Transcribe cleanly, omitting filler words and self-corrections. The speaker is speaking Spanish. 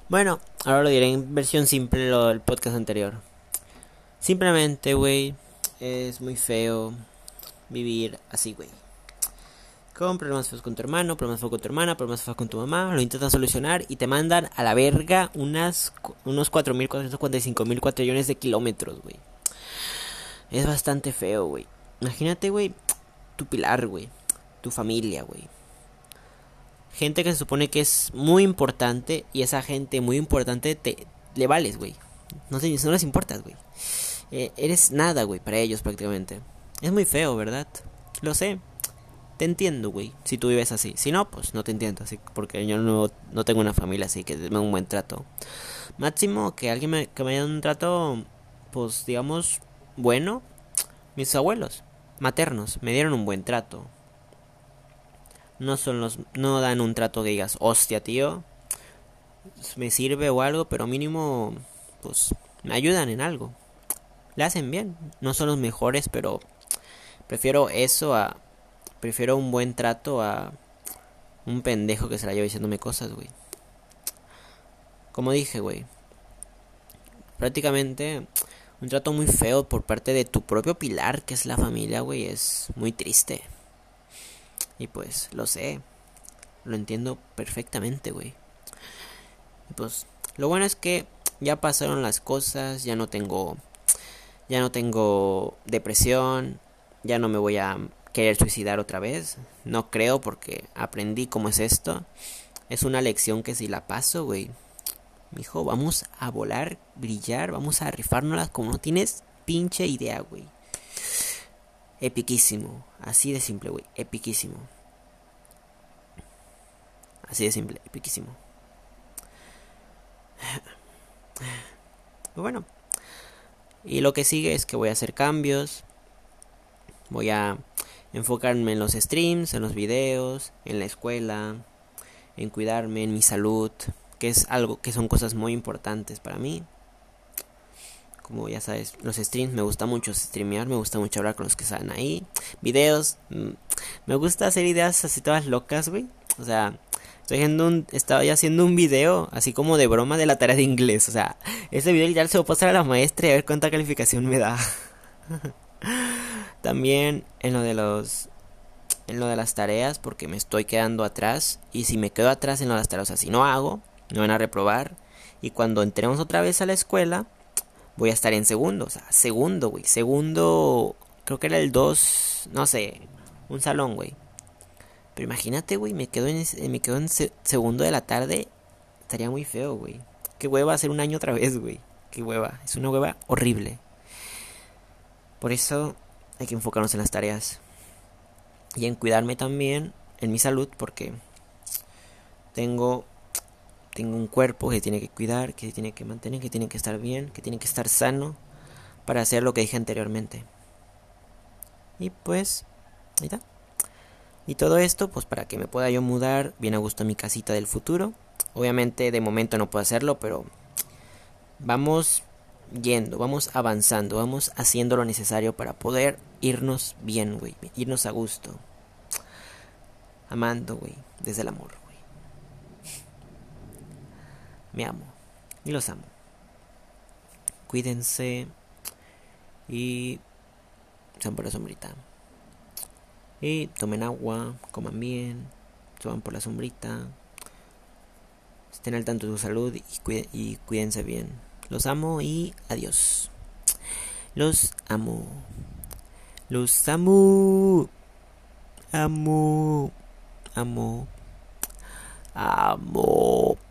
Bueno, ahora lo diré en versión simple lo del podcast anterior. Simplemente, güey, es muy feo vivir así, güey. Con problemas feos con tu hermano, problemas feos con tu hermana, problemas feos con tu mamá, lo intentas solucionar y te mandan a la verga unos 4.445.000 4 de kilómetros, güey. Es bastante feo, güey. Imagínate, güey, tu pilar, güey. Tu familia, güey. Gente que se supone que es muy importante y esa gente muy importante le vales, güey. No sé, no les importas, güey. Eres nada, güey, para ellos prácticamente. Es muy feo, ¿verdad? Lo sé. Te entiendo, güey, si tú vives así. Si no, pues no te entiendo, así porque yo no tengo una familia así que me dé un buen trato. Máximo que alguien que me dé un trato, pues digamos, bueno. Mis abuelos maternos me dieron un buen trato. No dan un trato que digas, hostia, tío, me sirve o algo, pero mínimo, pues, me ayudan en algo. Le hacen bien. No son los mejores, pero prefiero eso a... Prefiero un buen trato a un pendejo que se la lleva diciéndome cosas, güey. Como dije, güey, prácticamente un trato muy feo por parte de tu propio pilar, que es la familia, güey, es muy triste. Y pues, lo sé, lo entiendo perfectamente, güey. Y pues, lo bueno es que ya pasaron las cosas, ya no tengo depresión, ya no me voy a querer suicidar otra vez. No creo porque aprendí cómo es esto. Es una lección que si la paso, güey, mijo, vamos a volar, brillar, vamos a rifárnoslas como no tienes pinche idea, güey. Epiquísimo, así de simple, güey, epiquísimo. Así de simple, epiquísimo. Pues bueno, y lo que sigue es que voy a hacer cambios. Voy a enfocarme en los streams, en los videos, en la escuela, en cuidarme, en mi salud, que es algo que son cosas muy importantes para mí. Como ya sabes, los streams me gusta mucho streamear, me gusta mucho hablar con los que salen ahí. Videos, me gusta hacer ideas así todas locas, güey. O sea, estaba ya haciendo un video así como de broma de la tarea de inglés. O sea, ese video ya se lo puedo pasar a la maestra y a ver cuánta calificación me da. También en lo de las tareas, porque me estoy quedando atrás. Y si me quedo atrás en lo de las tareas, o sea, si no hago, me van a reprobar. Y cuando entremos otra vez a la escuela, voy a estar en segundo. O sea, segundo, güey. Segundo, creo que era el 2 no sé, un salón, güey. Pero imagínate, güey, me quedo en segundo de la tarde. Estaría muy feo, güey. Qué hueva hacer un año otra vez, güey. Qué hueva. Es una hueva horrible. Por eso hay que enfocarnos en las tareas. Y en cuidarme también en mi salud porque tengo tengo un cuerpo que tiene que cuidar, que tiene que mantener, que tiene que estar bien, que tiene que estar sano para hacer lo que dije anteriormente. Y pues, ahí está. Y todo esto, pues para que me pueda yo mudar bien a gusto a mi casita del futuro. Obviamente de momento no puedo hacerlo, pero vamos yendo, vamos avanzando, vamos haciendo lo necesario para poder irnos bien, güey. Irnos a gusto. Amando, güey, desde el amor, güey. Me amo. Y los amo. Cuídense y sean por la sombrita. Y tomen agua, coman bien, suban por la sombrita, estén al tanto de su salud y cuídense bien. Los amo y adiós. Los amo. Los amo. Amo. Amo. Amo.